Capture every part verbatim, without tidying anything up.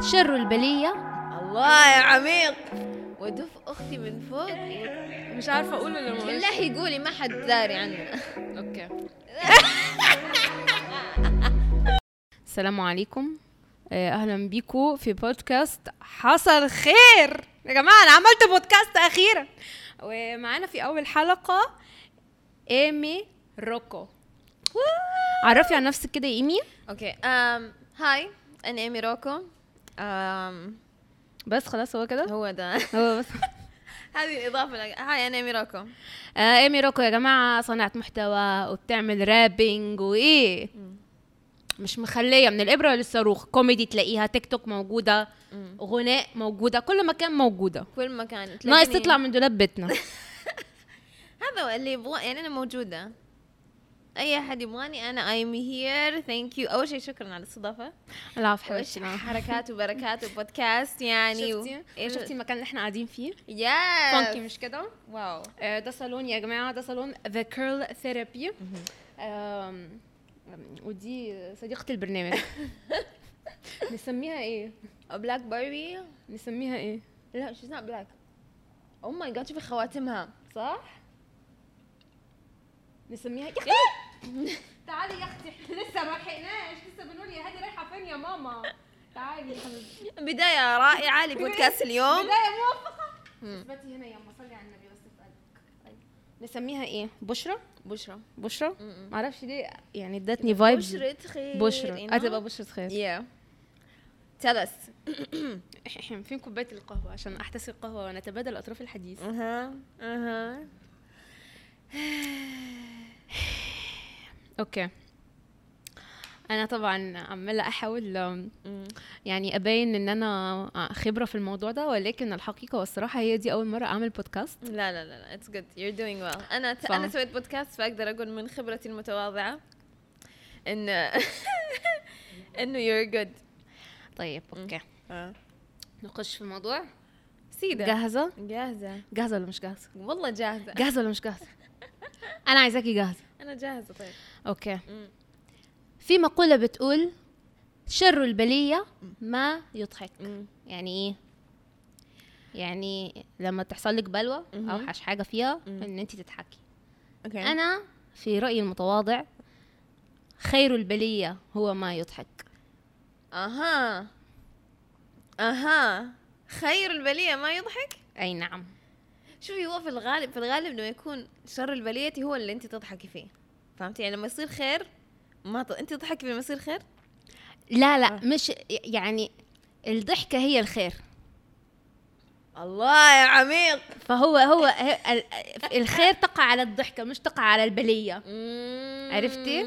شر البلية. الله يا عميق. ودف أختي من فوق. مش عارفة أقول ولا ما بالله قولي ما حد داري عننا. أوكي. السلام عليكم، أهلا بيكم في بودكاست حصل خير. يا جماعة أنا عملت بودكاست أخيرا، ومعانا في أول حلقة إيمي روكو. عرفي عن نفسك كده يا إيمي. أوكي أم هاي أنا إيمي روكو. أم بس خلاص هو كده هو ده هو بس. هذه الإضافة لك. هاي أنا إيمي روكو. آه إيمي روكو يا جماعة صنعت محتوى وبتعمل رابينج وإيه م. مش مخلية من الإبرة للصاروخ. كوميدي تلاقيها، تيك توك موجودة، م. غناء موجودة، كل مكان موجودة، كل مكان ناقص تطلع من دولاب بيتنا. هذا اللي يبغى، يعني أنا موجودة، أي أحد يبغاني أنا I'm here. thank you. أول شيء شكرا على الاستضافة. العفو حبيبتي. حركات وبركات وبودكاست يعني. شفتي و... شفتي المكان اللي احنا قاعدين فيه؟ ياس فانكي مش كده؟ واو. آه ده صالون يا جماعة، ده صالون The Curl Therapy. آم... ودي صديقة البرنامج. نسميها ايه؟ بلاك باربي. نسميها ايه؟ لا she's not black. oh my god شوفي خواتمها صح؟ نسميها يا اختي. تعالي يا اختي، لسه ما لحقناش، لسه بنقول يا هادي رايحه فين يا ماما. تعالي يا حبيبتي. بدايه رائعه لبودكاست اليوم. بدايه موفقه. اثبتي هنا يا امه، صلي على النبي بس في قلبك. نسميها ايه؟ بشرى. بشرى بشرى ما اعرفش ليه يعني ادتني فايبز بشرة خير. بشرى هتبقى بشرة خير. yeah tell us. فين كوبايه القهوه عشان احتسي القهوه ونتبادل اطراف الحديث. اها اها اوكي. انا طبعا عماله احاول يعني ابين ان انا خبره في الموضوع ده، ولكن الحقيقه والصراحه هي دي اول مره اعمل بودكاست. لا لا لا it's good you're doing well. انا ت... انا سويت بودكاست فاقدر اقول من خبرتي المتواضعه ان انه you're good. طيب اوكي آه. نخش في الموضوع. سيدة جاهزه؟ جاهزه جاهزه ولا مش جاهزه؟ والله جاهزه. جاهزه ولا مش جاهزه؟ انا عايزاكي جاهزه. انا جاهزه. طيب اوكي. م. في مقولة بتقول شر البلية ما يضحك. م. يعني ايه؟ يعني لما تحصل لك بلوى اوحش حاجة فيها م. ان انت تضحكي. أوكي. انا في رأيي المتواضع خير البلية هو ما يضحك. اها اها خير البلية ما يضحك. اي نعم. شوفي هو في الغالب في الغالب لما يكون شر البلية هو اللي انت تضحكي فيه، فهمتي؟ يعني لما يصير خير ما ط... انت تضحكي لما يصير خير. لا لا آه. مش يعني الضحكة هي الخير. الله يا عميق. فهو هو الخير تقع على الضحكة مش تقع على البلية. عرفتي؟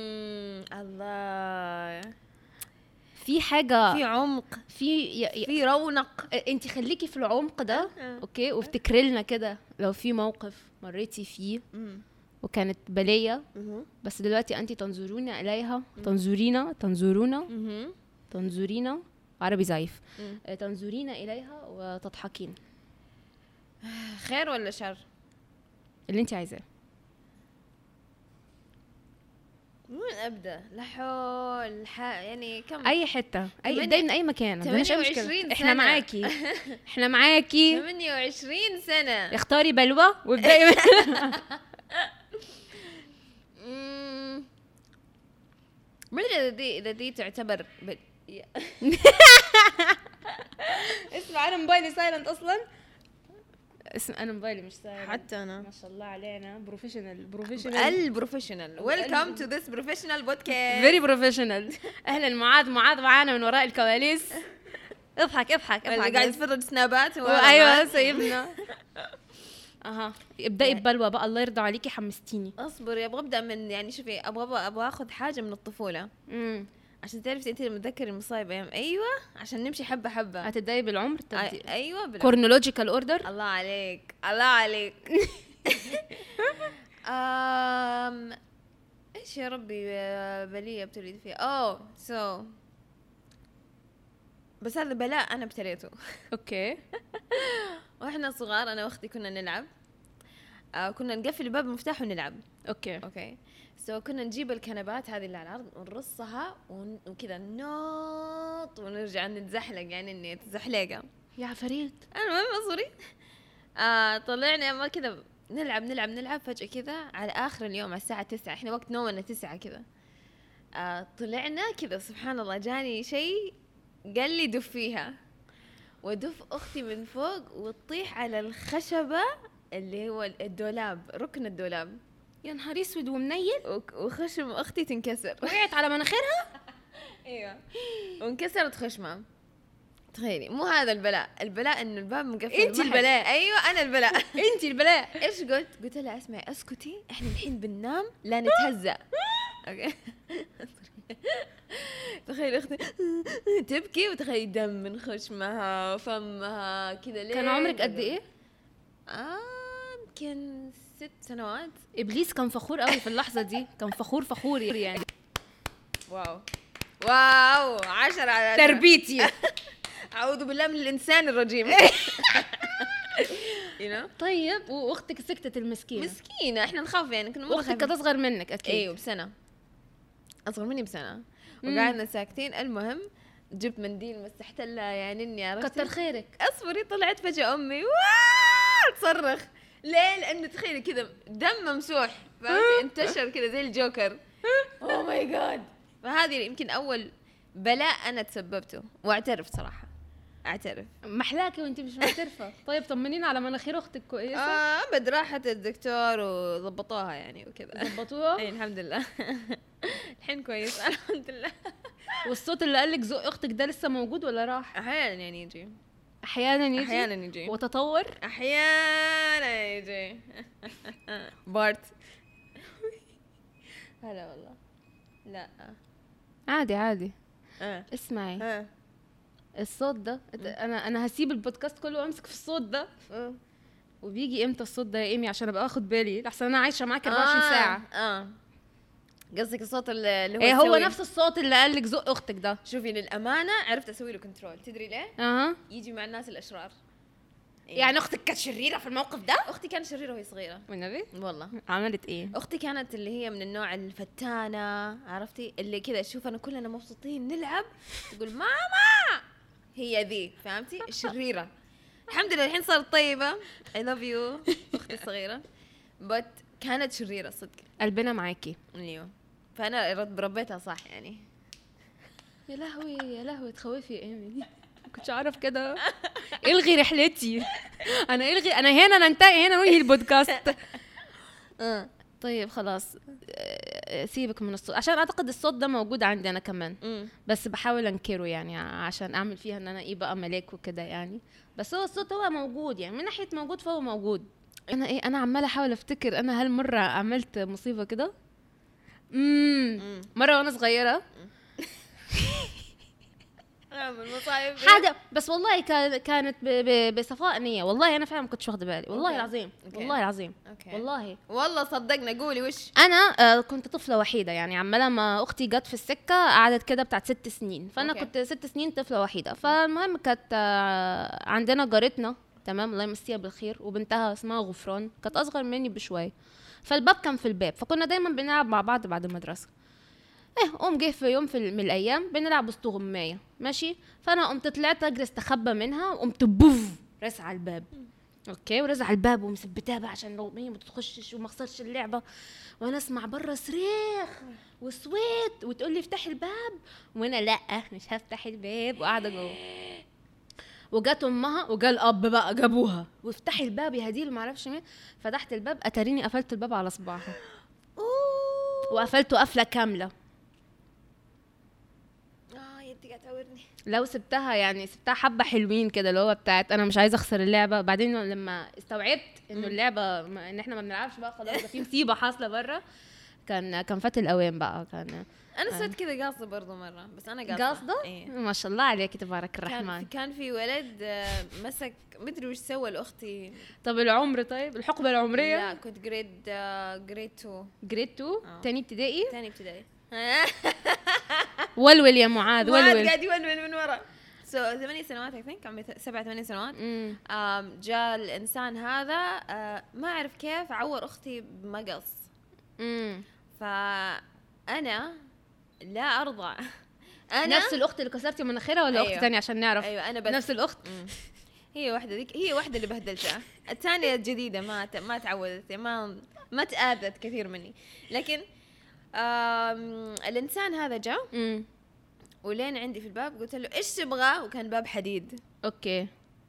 الله في حاجة، في عمق، في ي... في رونق. انت خليكي في العمق ده. اوكي. وافتكري لنا كده لو في موقف مريتي فيه وكانت بلية بس دلوقتي انت تنظرون اليها، تنظرينا تنظرونا تنظرينا عربي ضعيف، تنظرين اليها وتضحكين. خير ولا شر؟ اللي انت عايزاه. وين ابدا؟ لا حول ح... يعني كم اي حته، اي ابداي من اي مكان. ثمانية وعشرين احنا معاكي احنا معاكي ثمانية وعشرين سنه. اختاري بلوى وابداي من... ما ادري اذا دي اذا دي تعتبر بل... اسمع انا موبايلي سايلنت اصلا. اسم انا موبايلي مش سايلنت حتى انا ما شاء الله علينا. بروفيشنال بروفيشنال البروفيشنال. ويلكم تو ذس بروفيشنال بودكاست. فيري بروفيشنال. اهلا معاذ. معاذ معانا من وراء الكواليس. اضحك اضحك اضحك. قاعد يتفرج سنابات. ايوه سيبنا. اها ابدأي ببلوى بقى. الله يرضى عليكي حمستيني. اصبري ابغى ابدا من يعني شوفي ابغى ابغى اخذ حاجه من الطفوله امم عشان تعرفي انت لما تذكري المصايب ايام. ايوه عشان نمشي حبه حبه. هتبداي بالعمر. أي... ايوه كورنولوجيكال اوردر. الله عليك الله عليك. امم ايش يا ربي بليه ابتليت فيها؟ اوه سو بس هذا بلاء انا ابتليته. اوكي. واحنا صغار انا واختي كنا نلعب آه كنا نقفل الباب المفتاح ونلعب. اوكي اوكي سو so, كنا نجيب الكنبات هذه اللي على الارض ونرصها ون... وكذا نوط ونرجع نتزحلق يعني اني تزحلقه يا عفريت. المهم اصبري. آه طلعنا ما كذا نلعب نلعب نلعب فجأة كذا على آخر اليوم على الساعة تسعة، إحنا وقت نومنا تسعة كذا. آه طلعنا كذا سبحان الله جاني شيء قال لي دفيها، ودف أختي من فوق وتطيح على الخشبة اللي هو الدولاب، ركن الدولاب. يا نهار اسود ومنيل. وخشم أختي تنكسر، وقعت على مناخيرها. ايوه وانكسرت خشمها. تخيلي مو هذا البلاء، البلاء انه الباب مقفل. انت البلاء. ايوه انا البلاء. انت البلاء. ايش قلت؟ قلت لها اسمعي اسكتي، احنا الحين بننام لا نتهزأ. اوكي تخيل اختي تبكي وتخيل دم من خشمها وفمها كذا. ليه؟ كان عمرك قد ايه؟ اه يمكن ست سنوات. ابليس كان فخور قوي في اللحظه دي، كان فخور فخور يعني. واو واو عشرة على تربيتي. أعوذ بالله من الإنسان الرجيم. you know؟ طيب واختك سكتت المسكينه. مسكينه احنا نخاف يعني. كنا واختك كانت اصغر منك اكيد. ايوه بسنه، اصغر مني بسنه. وقعدنا ساكتين. المهم جبت منديل مسحت لها يعني اني عرفت. كتر خيرك. اصبري طلعت فجاه امي وااا تصرخ. ليه؟ لانه تخيلي كذا دم ممسوح فهمتي، انتشر كذا زي الجوكر. اوه ماي جاد. فهذه يمكن اول بلاء انا تسببته، واعترف صراحه اعترف. محلاكي وانت مش معترفه. طيب طمنين على مناخير اختك كويسه؟ اه ابد راحت الدكتور وضبطوها يعني وكذا. ضبطوها؟ اي الحمد لله. الحين كويس الحمد لله. والصوت اللي قال لك زق اختك ده لسه موجود ولا راح؟ احيانا يعني يجي احيانا يجي احيانا يجي وتطور احيانا يجي. بارت. هلا والله. لا عادي عادي. آه. اسمعي آه. الصوت ده انا انا هسيب البودكاست كله وامسك في الصوت ده. آه. وبيجي امتى الصوت ده يا ايمي عشان ابقى اخد بالي لحسن انا عايشه معاك أربعة وعشرين آه. ساعه. اه قصدك الصوت اللي هو ايه هو السوي. نفس الصوت اللي قال لك زق اختك ده. شوفي للامانه عرفت اسوي له كنترول. تدري ليه؟ اها يجي مع الناس الاشرار. يعني اختك كانت شريره في الموقف ده؟ اختي كانت شريره وهي صغيره والنبي والله. عملت ايه؟ اختي كانت اللي هي من النوع الفتانه، عرفتي اللي كذا شوف انا كلنا مبسوطين نلعب تقول ماما، هي ذي فهمتي الشريره. الحمد لله الحين صارت طيبه. I love you اختي الصغيره but كانت شريره صدق. قلبنا معاكي. ايوه فانا ربيتها صح يعني. يا لهوي يا لهوي تخوفي يا ايمي. كنتش اعرف كده. الغي رحلتي. انا الغي انا هنا ننتهي هنا ننهي البودكاست. اه طيب خلاص سيبك من الصوت عشان اعتقد الصوت ده موجود عندي انا كمان. م. بس بحاول انكره يعني عشان اعمل فيها ان انا ايه بقى ملاك وكده يعني. بس هو الصوت هو موجود يعني من ناحيه موجود فهو موجود. انا ايه انا عماله احاول افتكر انا هل مره عملت مصيبه كده. امم مره وانا صغيره المصايب حاجه بس والله كانت بصفاء نيه. والله انا فعلا ما كنتش واخده بالي والله العظيم. والله العظيم والله والله صدقنا. قولي وش. انا آه كنت طفله وحيده يعني عماله ما اختي جت في السكه قعدت كده بتاعت ست سنين فانا أوكي. كنت ست سنين طفله وحيده. فالمهم كانت آه عندنا جارتنا تمام الله يمسيها بالخير وبنتها اسمها غفران كانت اصغر مني بشويه. فالباب كان في الباب فكنا دايما بنلعب مع بعض بعد المدرسه. ايه قوم جه في يوم في من الايام بنلعب استغمايه ماشي. فانا قمت طلعت اجري استخبى منها وقمت بوف راسع على الباب. اوكي ورزع الباب ومثبتها بقى عشان لو هي ما تخشش وما اخسرش اللعبه. وانا اسمع بره صريخ وصويت وتقول لي افتحي الباب وانا لا مش هفتح الباب وقاعده جوه. وجات امها وجا الاب بقى جابوها وافتحي الباب يا هديل ما اعرفش مين. فتحت الباب اتاريني قفلت الباب على صباعها وقفلته قفله كامله. لو سبتها يعني سبتها حبه حلوين كده اللي هو بتاعت انا مش عايزه اخسر اللعبه. بعدين لما استوعبت انه اللعبه ان احنا ما بنلعبش بقى خلاص ده في مصيبه حاصله بره كان كان فات الاوان بقى. كان انا سويت كذا قاصده برضو مره بس انا قاصده قاصده إيه؟ ما شاء الله عليك تبارك الرحمن. كان, كان في ولد مسك مدري وش سوى لاختي. طب العمر طيب الحقبه العمريه؟ لا كنت جريد جريد اتنين. جريد اتنين ثاني ابتدائي. ثاني ابتدائي. ولول يا معاذ ولول. قاعد يولول من ورا. سو ثمانية سنوات I think عمري سبعة ثمانية سنوات. آم جاء الإنسان هذا آه ما أعرف كيف عور أختي بمقص. امم فأنا لا أرضى. أنا نفس الأخت اللي كسرتي مناخيرها ولا أيوة. أخت تانية عشان نعرف؟ أيوة أنا بس نفس الأخت. مم. هي واحدة ذيك هي واحدة اللي بهدلتها. الثانية الجديدة ما ت... ما تعودت ما ما تآذت كثير مني. لكن آم... الإنسان هذا جاء امم ولين عندي في الباب قلت له إيش تبغى وكان باب حديد. اوكي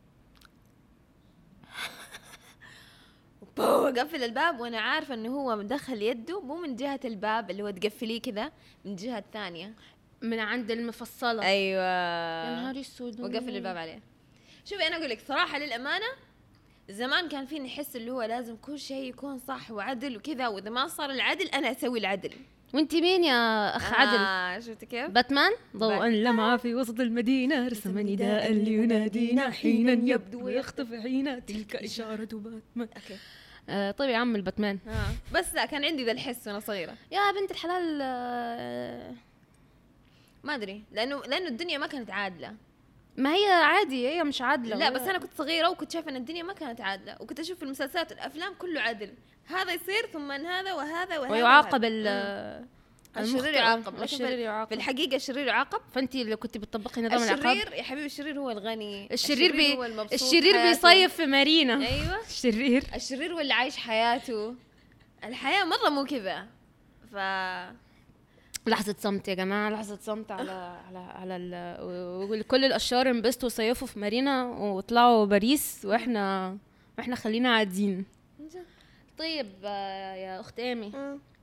قفل الباب وانا عارفه انه هو مدخل يده مو من جهه الباب اللي هو تقفليه كذا من جهه الثانيه من عند المفصله. ايوه يا نهار اسود. وقفل الباب عليه. شوفي انا اقول لك صراحه للامانه زمان كان فيني احس اللي هو لازم كل شيء يكون صح وعدل وكذا واذا ما صار العدل انا اسوي العدل. وانت مين يا اخ عدل؟ آه شفت كيف؟ باتمان ضوءا لمع في وسط المدينة رسم نداء لينادينا حينا يبدو ويختفي حين تلك إشارة باتمان. اوكي آه طيب يا عم الباتمان. آه. بس لا كان عندي ذا الحس وانا صغيره يا بنت الحلال. آه ما ادري لانه لانه الدنيا ما كانت عادله. ما هي عادي هي مش عادلة. لا بس انا كنت صغيره وكنت شايفه ان الدنيا ما كانت عادله وكنت اشوف في المسلسلات والافلام كله عدل هذا يصير ثم ان هذا وهذا وهذا ويعاقب ال الشرير يعاقب. الشرير يعاقب. في الحقيقه الشرير يعاقب. فانت اللي كنت بتطبقي نظام العقاب. الشرير يا حبيبي الشرير هو الغني. الشرير بي هو المبسوط الشرير حياته. بيصيف في مارينا. ايوه الشرير الشرير واللي عايش حياته. الحياه مره مو كذا. ف لحظة صمت يا جماعة، لحظة صمت على على على ال... كل الأشرار انبسطوا وصيفوا في مارينا وطلعوا باريس واحنا واحنا خلينا عادين. طيب يا أخت آمي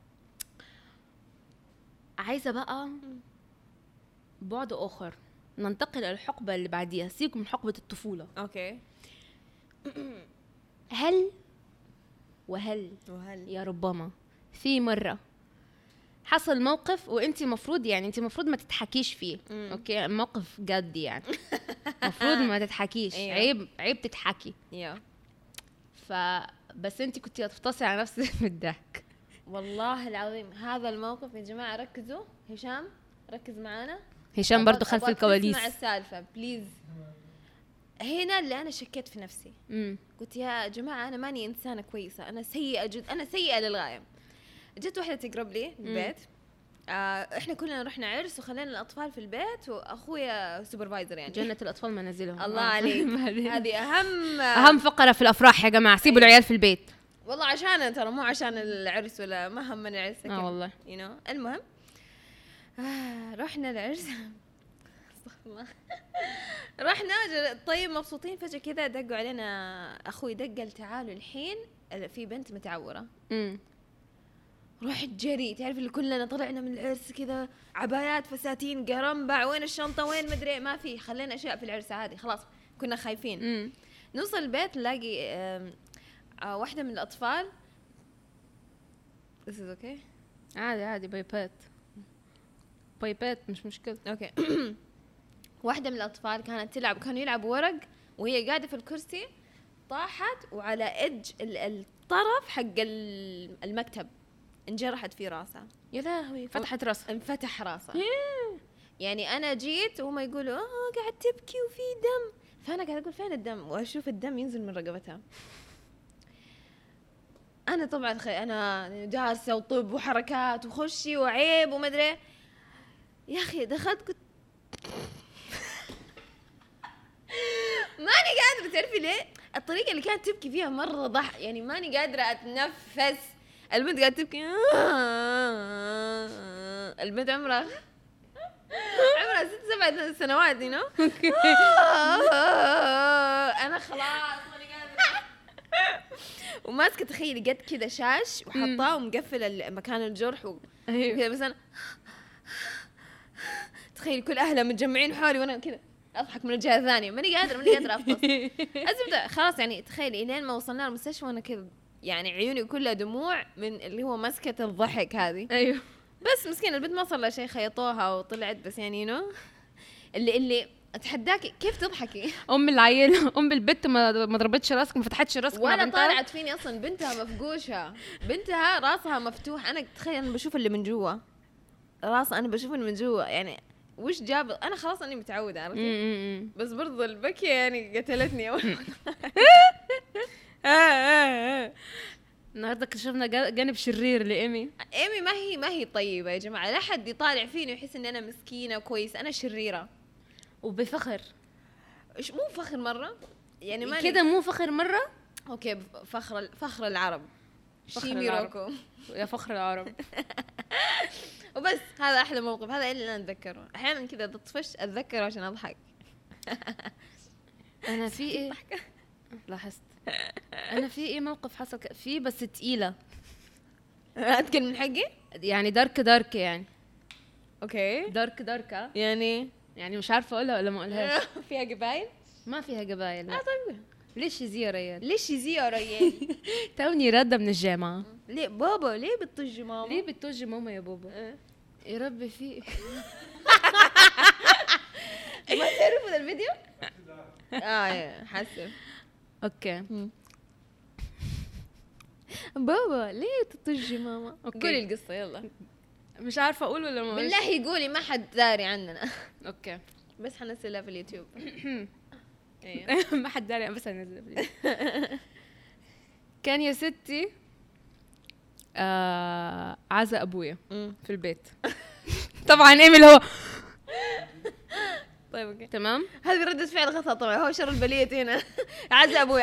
عايزة بقى بعد آخر ننتقل إلى الحقبة اللي بعديها. سيبك من حقبة الطفولة. اوكي. هل وهل وهل يا ربما في مرة حصل موقف وانتي مفروض يعني انتي مفروض ما تتحكيش فيه. مم. اوكي موقف جدي يعني مفروض ما تتحكيش. أيوة. عيب عيب تتحكي. يا ف بس انتي كنتي هتفتصي على نفسك من الضحك. والله العظيم هذا الموقف يا جماعه ركزوا. هشام ركز معانا. هشام برضو خلف الكواليس. اسمع السالفه بليز. هنا اللي انا شكيت في نفسي. امم قلت يا جماعه انا ماني انسانه كويسه انا سيئه جد انا سيئه للغايه. جت واحدة تقرب لي البيت. آه احنا كلنا رحنا عرس وخلينا الاطفال في البيت واخويا سوبرفايزر يعني جنة الاطفال منازلهم. الله عليك. هذه اهم اهم فقرة في الافراح يا جماعة. سيبوا العيال في البيت والله عشان ترى مو عشان العرس ولا ما هم من العرس. اه والله you know. المهم آه رحنا العرس استغفر الله. رحنا طيب مبسوطين فجأة كذا دقوا علينا اخوي دق قال تعالوا الحين في بنت متعورة. امم رحت جري تعرف اللي كلنا طلعنا من العرس كذا عبايات فساتين قرنبع وين الشنطة وين مدري ما في خلينا أشياء في العرس عادي خلاص كنا خايفين. امم نوصل البيت نلاقي آه آه واحدة من الأطفال this is okay عادي عادي بايبات بايبات مش مشكلة. اوكي. واحدة من الأطفال كانت تلعب كانوا يلعبوا ورق وهي قاعدة في الكرسي طاحت وعلى إدج الطرف حق المكتب انجرحت في راسها. يا لهوي فتحت راسها. انفتح راسها. يعني انا جيت وهم يقولوا اه قاعد تبكي وفي دم فانا قاعد اقول فين الدم واشوف الدم ينزل من رقبتها. انا طبعا خي... انا جالسه وطب وحركات وخشي وعيب وما ادري. يا اخي دخلت كنت ماني قادره تعرفي ليه الطريقه اللي كانت تبكي فيها مره ضح يعني ماني قادره اتنفس. البنت قاعده تبكي. البنت عمرها عمرها ست سبع سنوات you know. انا خلاص ماني قادره. وماسكه تخيلي قد كذا شاش وحطاه ومقفل مكان الجرح وكذا بس انا تخيلي كل اهلها متجمعين حولي وانا كذا اضحك من الجهه الثانيه ماني قادره ماني قادره افطس. الزبده خلاص يعني تخيلي الين ما وصلنا المستشفى وانا كذا يعني عيوني كلها دموع من اللي هو مسكة الضحك هذه. ايوه بس مسكين البنت ما صار لها شيء خيطوها وطلعت بس يعني نو اللي اللي اتحداكي كيف تضحكي. ام العيل ام البت ما ما ضربتش راسك ما فتحتش راسك ولا طالعت فيني اصلا. بنتها مفقوشه بنتها راسها مفتوح. انا تخيل انا بشوف اللي من جوا راسها انا بشوف اللي من جوا يعني وش جاب انا خلاص اني متعوده عرفتي امم بس برضو البكي يعني قتلتني اول النهارده كشفنا جا- جانب شرير لايمي. ايمي ما هي ما هي طيبه يا جماعه، لا حد يطالع فيني ويحس ان انا مسكينه كويس، انا شريره وبفخر إيش مو فخر مره يعني ما كده، مو فخر مره. اوكي فخر فخر العرب فخر شيمي العرب. روكو يا فخر العرب. وبس هذا احلى موقف، هذا اللي انا اتذكره احيانا كذا تطفش اتذكره عشان اضحك. انا في ايه لاحظت انا في ايه موقف حصل ك- فيه بس تقيله اتكلم من حقي يعني دارك دارك يعني اوكي دارك دارك يعني يعني مش عارفه اقولها ولا ما اقولهاش. فيها قبايل ما فيها قبايل. اه طيب ليش يزي يا ريال؟ ليش يزي يا ريال توني راده من الجامعه. ليه بابا ليه بتطج ماما ليه بتوجي ماما يا بابا؟ أه. يا ربي في ما تعرفوا ذا الفيديو اه حسب اوكي بابا ليه تطجي ماما أوكي. قولي القصه يلا مش عارفه اقول ولا ما اقولش. بالله قولي ما حد داري عننا اوكي بس حنزلها في اليوتيوب ايوه ما حد داري بس انزل فيديو. كان يا ستي آه عزا ابويا في البيت. طبعا ايمي اللي هو طيب اوكي تمام. هذه ردة فعل غثى طبعا، هو شر البلية هنا عزا ابويا.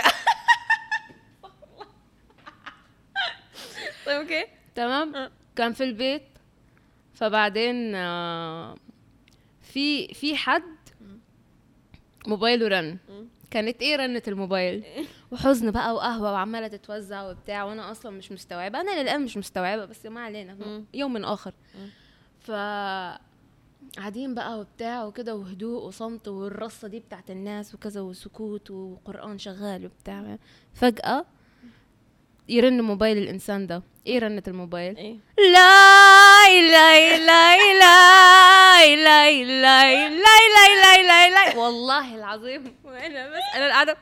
طيب اوكي تمام. كان في البيت فبعدين آه في في حد موبايله رن. كانت ايه رنة الموبايل وحزن بقى وقهوة وعمالة تتوزع وبتاع، وانا اصلا مش مستوعبة، انا للآن مش مستوعبة بس ما علينا يوم من اخر. ف قاعدين بقى وبتاع وكده وهدوء وصمت والرصة دي بتاعت الناس وكذا وسكوت وقرآن شغال وبتاع. فجأة يرن موبايل الانسان ده. ايه رنة الموبايل؟ ايه لا لا لا لا لا لا لا لا لا لا والله العظيم. وانا بس انا قاعده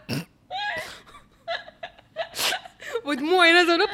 ودموعي نزلوا.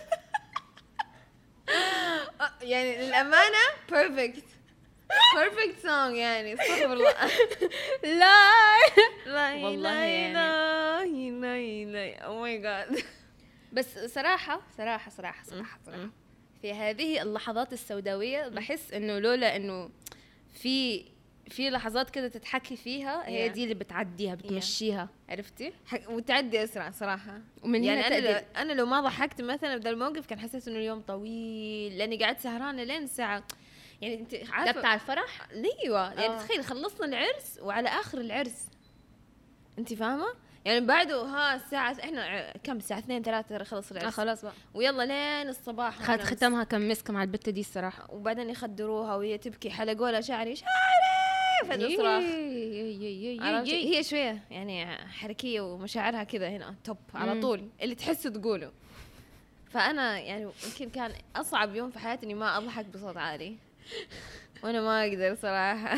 يعني للأمانة بيرفكت بيرفكت سونج يعني استغفر الله. لا لا والله يعني. لا لا لا او ماي جاد. بس صراحه صراحه صراحه صراحه, صراحة. في هذه اللحظات السوداويه بحس انه لولا انه في في لحظات كده تتحكي فيها هي Yeah. دي اللي بتعديها بتمشيها. عرفتي؟ وتعدي اسرع صراحه. ومن يعني هنا انا لو تقدر انا لو ما ضحكت مثلا بذا الموقف كان حسيت انه اليوم طويل لاني قعدت سهرانه لين الساعه يعني انت ده عارفه بتاع الفرح. ايوه يعني آه. تخيل خلصنا العرس وعلى اخر العرس انت فاهمه يعني بعده ها الساعه احنا ع- كم الساعه اثنين ثلاثة خلص العرس آه خلاص بقى ويلا لين الصباح خد ختمها كم مسك مع البت دي الصراحه. وبعدين يخدروها وهي تبكي حلقوا لها شعري شعري فجأة صراخ. عرفتي؟ هي شويه يعني حركيه ومشاعرها كده هنا توب على مم. طول اللي تحسه تقوله. فانا يعني يمكن كان اصعب يوم في حياتي اني ما اضحك بصوت عالي وانا ما اقدر صراحه.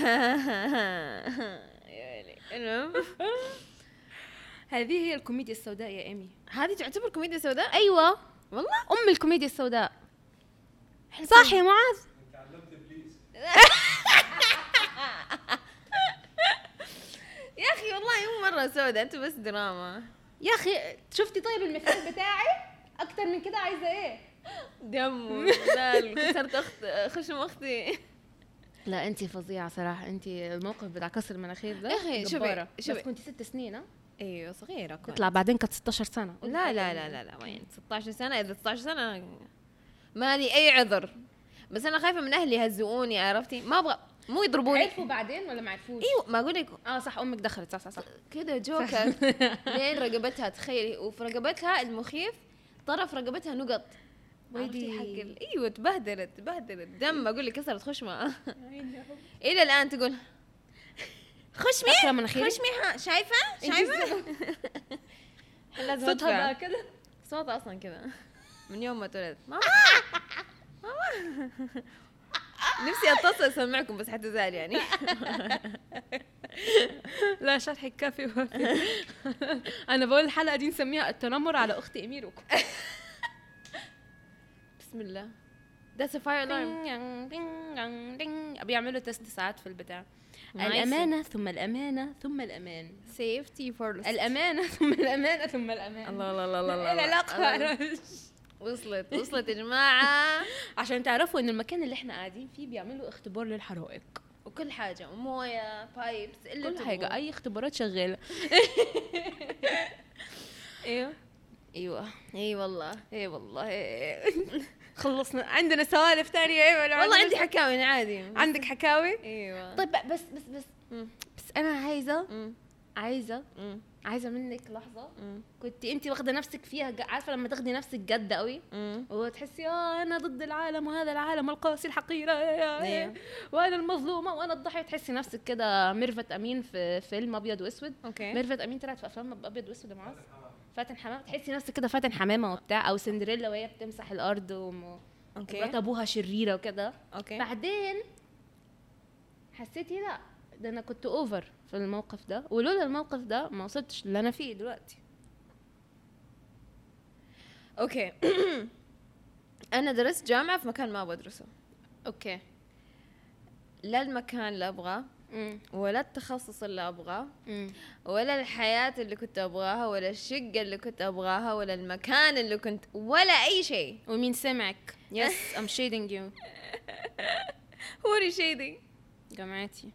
يعني المهم هذه هي الكوميديا السوداء يا ايمي. هذه تعتبر كوميديا سوداء ايوه والله. ام الكوميديا السوداء. صح يا معاذ. يا اخي والله مو مره سوداء انت بس دراما يا اخي شفتي طيب المثال بتاعي اكتر من كده عايزه ايه؟ دم لا كسرت اخت خشم اختي. لا انتي فظيعه صراحه. انتي الموقف بتاع كسر المناخير ده يا أخي شوفي- جبارة. شوفي. بس كنتي ست سنين ها؟ ايوه صغيره كنت. تطلع بعدين كانت ستاشر سنه. لا لا لا لا لا وين ستة عشر سنه اذا ستة عشر سنه ما لي اي عذر بس انا خايفه من اهلي يهزئوني عرفتي ما ابغى مو يضربوني. عرفوا بعدين ولا ما عرفوش؟ ايوه ما اقول لك اه صح امك دخلت صح صح صح كذا جوكر لين رقبتها تخيلي وفي رقبتها المخيف طرف رقبتها نقط ويلي. عرفتي حق ال- ايوه تبهدلت تبهدلت دم اقول لك كسرت خشمه. الى الان تقول خشمي أكرة مناخيري؟ خشمي ها شايفه شايفه لازم صوتها أدفع. بقى كده. صوتها اصلا كذا من يوم ما اتولدت ماما ماما نفسي اتصل اسمعكم بس حتزعل يعني. لا شرحك كافي وافي. انا بقول الحلقه دي نسميها التنمر على اختي اميروكو. بسم الله That's a fire alarm. بيعملوا تست ساعات في البتاع. Nice. الأمانة ثم الأمانة ثم الأمان. Safety first. الأمانة ثم الأمانة ثم الأمان. الله الله الله الله. العلاقة وصلت وصلت يا جماعة. عشان تعرفوا إن المكان اللي إحنا قاعدين فيه بيعملوا اختبار للحرائق وكل حاجة وموية بايبس كل تبقوا. حاجة أي اختبارات شغالة. ايوه ايوه اي والله اي والله. خلصنا عندنا سوالف تانية. ايوه والله عندي حكاوي عادي. عندك حكاوي؟ ايوه. طيب بس بس بس مم. بس انا عايزه مم. عايزه مم. عايزه منك لحظه. مم. كنت انت واخده نفسك فيها ج- عارفه لما تاخدي نفسك جد قوي وتحسي اه انا ضد العالم وهذا العالم القاسي الحقير أيوه. وانا المظلومه وانا الضحيه. تحسي نفسك كده ميرفت امين في فيلم ابيض واسود. اوكي. ميرفت امين طلعت في افلام ابيض واسود يا معاذ. فاتن حمامه. تحسي نفسك كده فاتن حمامه وبتاع او سندريلا وهي بتمسح الارض وم... اوكي. ومرات ابوها شريره وكده. اوكي. بعدين حسيتي لا ده انا كنت اوفر في الموقف ده ولولا الموقف ده ما وصلتش اللي انا فيه دلوقتي. اوكي. انا درست جامعه في مكان ما ابغى ادرسه. اوكي. لا المكان اللي ابغاه امم ولا التخصص اللي ابغاه امم ولا الحياه اللي كنت ابغاها ولا الشقه اللي كنت ابغاها ولا المكان اللي كنت ولا اي شيء. ومين سمعك؟ يس ام شيدينج يو. هو ري شيدينج جامعتي.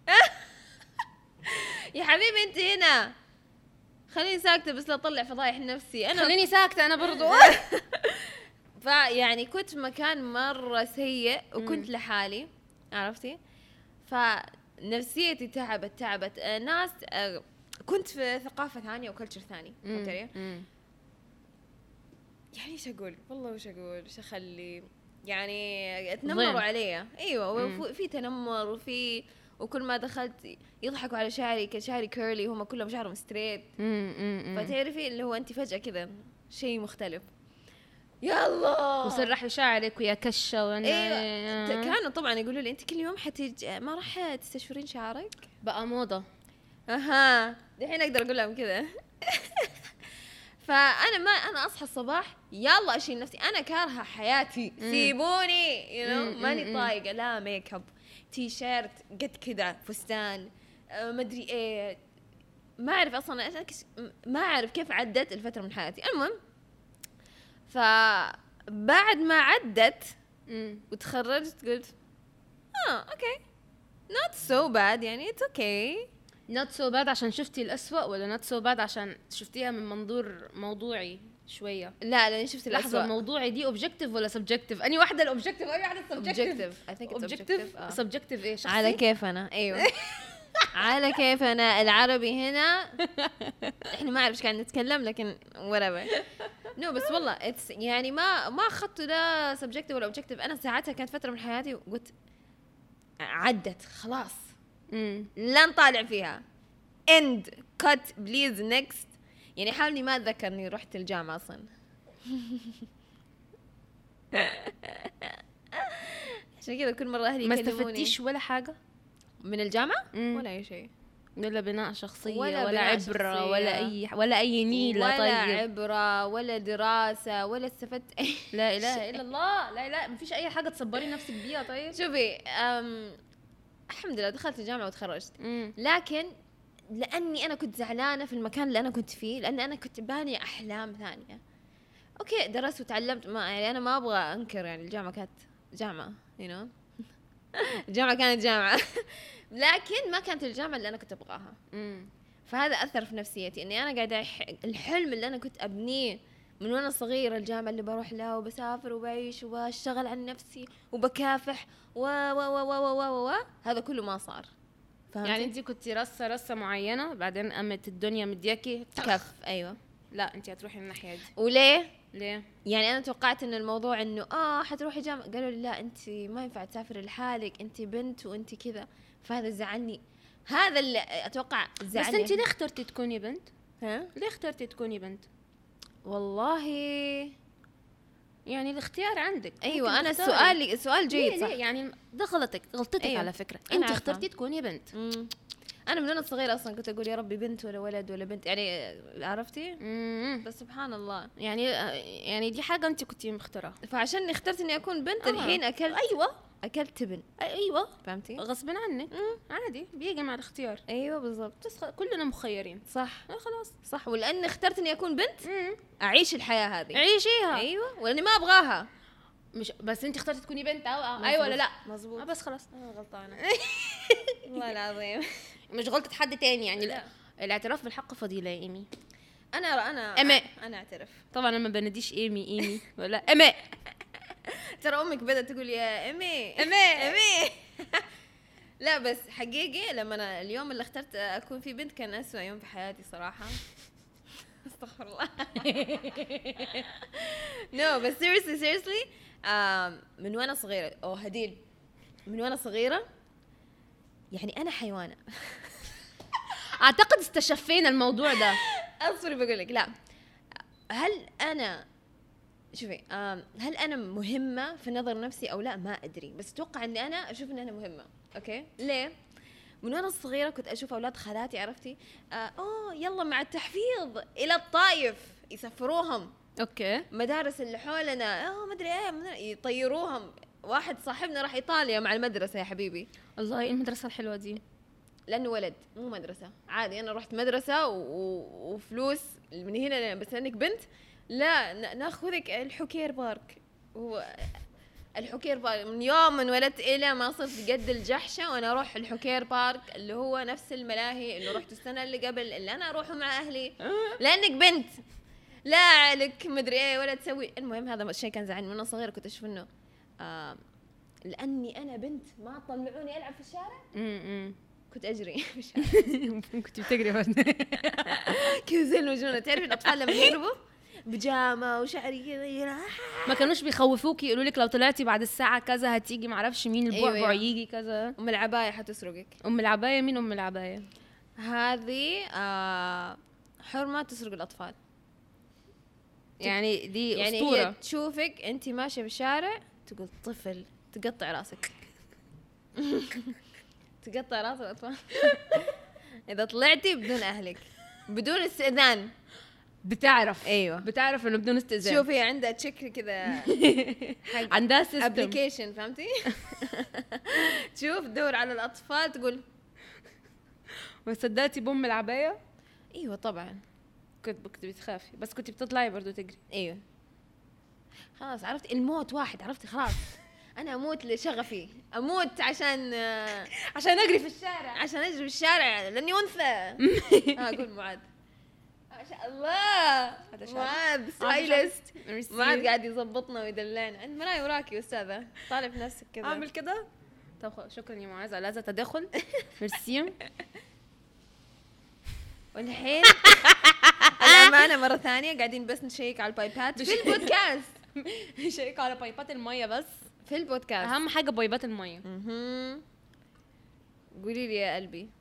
يا حبيبي انت هنا خليني ساكته بس لا اطلع فضايح نفسي. انا خليني ساكته انا برضو. فيعني كنت في مكان مره سيء وكنت مم. لحالي عرفتي. فنفسيتي تعبت تعبت آه، ناس آه، كنت في ثقافه ثانيه وكلتشر ثاني. فهمتني؟ امم يعني ايش اقول والله وش اقول وش اخلي يعني تنمروا علي. ايوه مم. وفي تنمر وفي وكل ما دخلت يضحكوا على شعري كشعري كيرلي هم كلهم شعرهم ستريت. امم فتعرفي اللي هو انت فجأة كذا شيء مختلف. يلا وسرحي شعرك ويا كشه وانا ايوه. كانوا طبعا يقولوا لي انت كل يوم حتج ما راح تستشفرين شعرك بقى موضه. اها دحين اقدر اقول لهم كذا. فانا ما انا اصحى الصباح يلا اشيل نفسي. انا كارهه حياتي سيبوني يو نو ماني طايقه لا ميك اب تي شيرت قد كذا فستان أه ما ادري ايه. ما اعرف اصلا ما اعرف كيف عدت الفتره من حياتي. المهم فبعد ما عدت وتخرجت قلت اه اوكي not so bad يعني it's okay. not so bad عشان شفتي الأسوأ ولا not so bad عشان شفتيها من منظور موضوعي شوية؟ لا لاني شفت الأسوأ. لحظة موضوعي دي objective ولا subjective؟ أني واحدة الobjective وأني واحدة subjective. objective I think it's objective objective آه. subjective إيه شخصي؟ على كيف أنا أيوة. على كيف أنا العربي هنا إحنا ما أعرف إيش قاعد نتكلم لكن whatever. no بس والله it's يعني ما ما أخذته لا subjective ولا objective. أنا ساعتها كانت فترة من حياتي وقلت عدت خلاص امم لا نطالع فيها end cut please next. يعني حاولني ما أتذكر إني رحت الجامعة أصلا. عشان كذا كل مرة أهلي ما يكلموني. استفدتيش ولا حاجة من الجامعة مم. ولا أي شيء ولا بناء شخصية ولا ولا, بناء عبرة شخصية. ولا أي ولا أي نيلة. ولا طيب عبرة ولا دراسة ولا استفدت أي لا إله إلا الله. لا لا مفيش أي حاجة تصبري نفسك بيها. طيب شوفي أم الحمد لله دخلت الجامعة وتخرجت. مم. لكن لأني أنا كنت زعلانة في المكان اللي أنا كنت فيه لأن أنا كنت باني أحلام ثانية. أوكي درست وتعلمت ما يعني أنا ما أبغى أنكر يعني الجامعة كانت جامعة you know الجامعة كانت جامعة. لكن ما كانت الجامعة اللي أنا كنت أبغاها. مم. فهذا أثر في نفسيتي إني أنا قاعدة أح... الحلم اللي أنا كنت أبنيه من وأنا صغيرة الجامعة اللي بروح لها وبسافر وبعيش وبشتغل عن نفسي وبكافح و و و و و و و هذا كله ما صار. فهمتي؟ يعني انت كنت رصه رصه معينه بعدين قامت الدنيا مدياكي كف. أيوة. لا انت هتروحي الناحيه دي. وليه؟ ليه؟ يعني أنا توقعت إن الموضوع إنه آه حتروحي جامعة. قالوا لي لا أنت ما ينفع تسافري لحالك أنت بنت وأنت كذا. فهذا زعلني. هذا اللي أتوقع زعلني. بس انت ليه اخترتي تكوني بنت؟ ها؟ ليه اخترتي تكوني بنت؟ والله يعني الاختيار عندك. ايوه انا تختاري. سؤالي سؤال جيد ليه صح. ليه؟ يعني ده غلطك غلطتك أيوة. على فكره. أنا انت عارفة. اخترتي تكوني بنت. مم. انا من وانا صغيره اصلا كنت اقول يا ربي بنت ولا ولد ولا بنت يعني عرفتي. مم. بس سبحان الله يعني يعني دي حاجه انت كنتي مختاره، فعشان اخترت اني اكون بنت آه. الحين اكلت ايوه اكلت تبن. ايوه فهمتي غصب عنك. عادي بيجي مع الاختيار. ايوه بالضبط بس خ- كلنا مخيرين. صح آه خلاص. صح. ولان اخترت اني اكون بنت مم. اعيش الحياه هذه. عيشيها. ايوه ولاني ما ابغاها. مش بس انت اخترتي تكوني بنت او أو- مزبوط. ايوه ولا لا؟ مزبوط. آه بس خلاص انا غلطانه. والله العظيم. مش غلطه حد تاني يعني. لا. لا. الاعتراف بالحق فضيله يا ايمي. انا انا أماء. انا اعترف. طبعا انا ما بناديش ايمي ايمي ولا اماء. ترى امك بدات تقول يا امي اماء امي. لا بس حقيقي لما انا اليوم اللي اخترت اكون في بنت كان أسوأ يوم في حياتي صراحه. استغفر الله. نو بس سيريسلي سيريسلي من وانا صغيره او هديل من وانا صغيره يعني انا حيوانه. اعتقد استشفينا الموضوع ده. اصبري بقول لك. لا هل انا شوفي آم، هل انا مهمه في نظر نفسي او لا ما ادري، بس اتوقع اني انا اشوف ان انا مهمه. اوكي ليه؟ من وانا صغيره كنت اشوف اولاد خالاتي عرفتي آه اوه يلا مع التحفيظ الى الطايف يسفروهم، اوكي. مدارس اللي حولنا اه ما ادري ايه مدري- يطيروهم. واحد صاحبنا راح ايطاليا مع المدرسه يا حبيبي الله ايه المدرسه الحلوه دي. لانه ولد مو مدرسه عادي. انا رحت مدرسه و... و... وفلوس من هنا لهنا، بس لانك بنت لا ن... ناخذك الحكير بارك. و... الحكير بارك من يوم من ولدت الى ما صرت قد الجحشه وانا اروح الحكير بارك اللي هو نفس الملاهي اللي رحت السنه اللي قبل اللي انا اروحه مع اهلي. لانك بنت لا عليك مدري ايه ولا تسوي. المهم هذا الشيء كان زعلني. وانا صغيره كنت اشوف انه آه لاني انا بنت ما طلعوني العب في الشارع امم كنت اجري في الشارع. كنت بتجري بس. كذا زي المجنونه. تعرفي الاطفال لما يهربوا بيجامه وشعري كذا ما كانوش بيخوفوكي يقولوا لك لو طلعتي بعد الساعه كذا هتيجي معرفش مين البعبع أيوة. يجي كذا. ام العبايه حتسرقك. ام العبايه مين ام العبايه؟ هذه آه حرمه تسرق الاطفال. يعني دي يعني اسطوره. هي تشوفك انت ماشيه في الشارع تقول طفل تقطع راسك. تقطع راس الاطفال. اذا طلعتي بدون اهلك بدون استئذان بتعرف ايوه بتعرف انه بدون استئذان. شوفي عندها تشيك كذا عندها سيستم ابلكيشن فهمتي. تشوف تدور على الاطفال تقول وصدقتي بام العبايه. ايوه طبعا كنت كنت بتخافي بس كنت بتطلعي برضو تجري. ايوه خلاص عرفتي الموت واحد عرفتي خلاص. انا اموت لشغفي اموت عشان آه، عشان اجري في الشارع. عشان اجري في الشارع لاني انثى. ها اقول معاذ ما شاء الله معاذ ستايلست. معاذ قاعد يظبطنا ويدلعنا. عند مراي وراكي استاذه طالع في نفسك كذا. اعمل كده. طب خلاص شكرا يا معاذ على هذا التدخل. ميرسي. والحين الامانه مره ثانيه قاعدين بس نشيك على البايبات في البودكاست. شيك على بايبات الميه بس في البودكاست اهم حاجه بايبات الميه. اها قولي لي يا قلبي.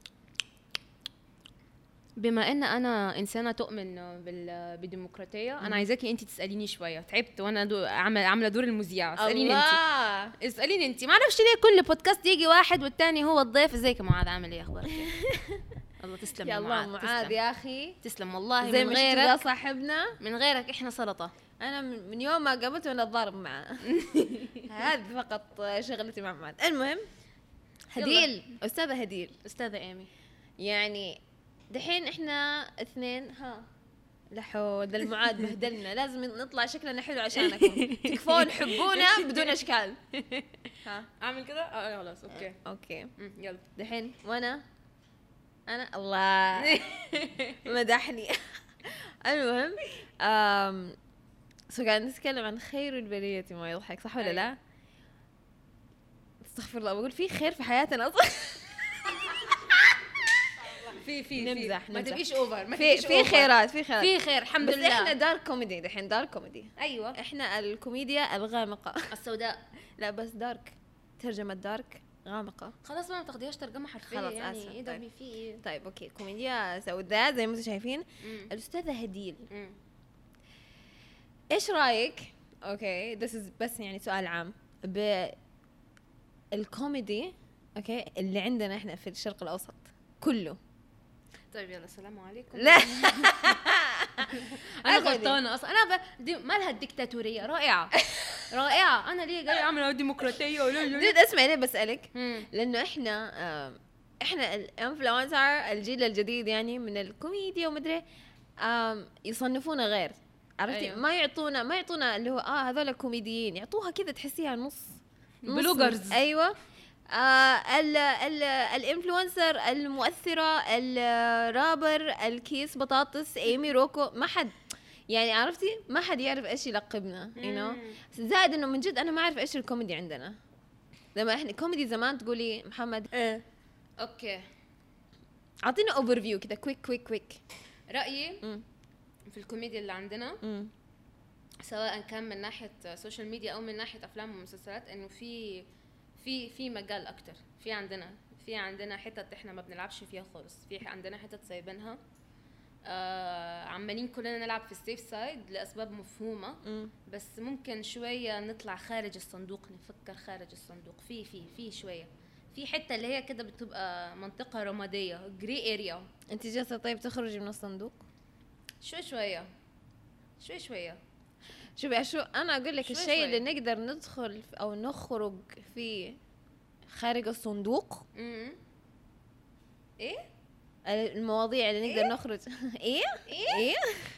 بما ان انا انسانه تؤمن بال- بالديمقراطيه انا عايزاكي انت تساليني شويه. تعبت وانا دو عامله عامله دور المذيعه. اساليني انت. الله اساليني انت. ما اعرفش ليه كل بودكاست يجي واحد والتاني هو الضيف. ازيك يا معاذ عامل ايه اخبارك؟ الله تسلم يا يا الله معاذ. معاذ تسلم. يا اخي تسلم والله. زي من ما شفت ذا غيرك صاحبنا من غيرك احنا سلطه. انا من من يوم ما قابلته وانا اتضارب معاه. هذه فقط شغلتي مع معاذ. المهم هديل استاذه هديل استاذه ايمي يعني دحين احنا اثنين ها لحو ذا المعاد بهدلنا. لازم نطلع شكلنا حلو عشانكم تكفون حبونا بدون اشكال. ها اعمل كده. اه خلاص اوكي اوكي مم، يلا. دحين وانا انا الله مدحني. المهم امم سو قاعد نتكلم عن خير البرية ما يضحك صح ولا لا؟ استغفر الله بقول في خير في حياتنا اصلا. في في نمزح ما نمزح. تبقيش اوفر. ما في تبقيش في over. خيرات في خيرات في خير الحمد بس لله. احنا دارك كوميدي دحين دارك كوميدي. ايوه احنا الكوميديا الغامقة. السوداء. لا بس دارك ترجمة دارك غامقة. خلاص بقى ما تاخديهاش ترجمه حرفيه. خلاص، يعني آسفة. ايه ده طيب. بي في ايه. طيب اوكي كوميديا سوداء زي ما انتم شايفين. مم. الاستاذة هديل مم. ايش رايك؟ اوكي this is بس يعني سؤال عام بالكوميدي اوكي اللي عندنا احنا في الشرق الاوسط كله. طيب يلا سلام عليكم. لا انا غلطانه اصلا. انا ب... دي مالها الديكتاتوريه رائعه رائعه. انا ليه جاي اعمل ديمقراطيه ولا ديد اسمع ليه بسالك؟ لانه احنا آه احنا الانفلونسر الجيل الجديد يعني من الكوميديا ومدري آه يصنفونا غير، عرفتي؟ أيوه. ما يعطونا ما يعطونا اللي هو اه هذول كوميديين، يعطوها كذا تحسيها نص بلوجرز. ايوه آه ال ال الانفلونسر المؤثره الرابر الكيس بطاطس ايمي روكو، ما حد يعني عرفتي ما حد يعرف ايش يلقبنا يو نو. زائد انه من جد انا ما اعرف ايش الكوميدي عندنا. لما احنا كوميدي زمان تقولي محمد ايه اوكي اعطينا اوفر فيو كده كويك كويك كويك. رايي مم. في الكوميديا اللي عندنا مم. سواء كان من ناحيه سوشيال ميديا او من ناحيه افلام ومسلسلات، انه في في في مجال اكتر. في عندنا في عندنا حتت احنا ما بنلعبش فيها خالص، في عندنا حتت سايبينها آه عمالين كلنا نلعب في السيف سايد لاسباب مفهومه. مم. بس ممكن شويه نطلع خارج الصندوق، نفكر خارج الصندوق. في في في شويه في حته اللي هي كده بتبقى منطقه رماديه جري اريا. انت جالسه طيب تخرجي من الصندوق شوي شويه شوي شويه. شوفي شو انا اقول لك الشيء اللي نقدر ندخل او نخرج فيه خارج الصندوق. امم ايه المواضيع اللي نقدر إيه؟ نخرج ايه ايه, إيه؟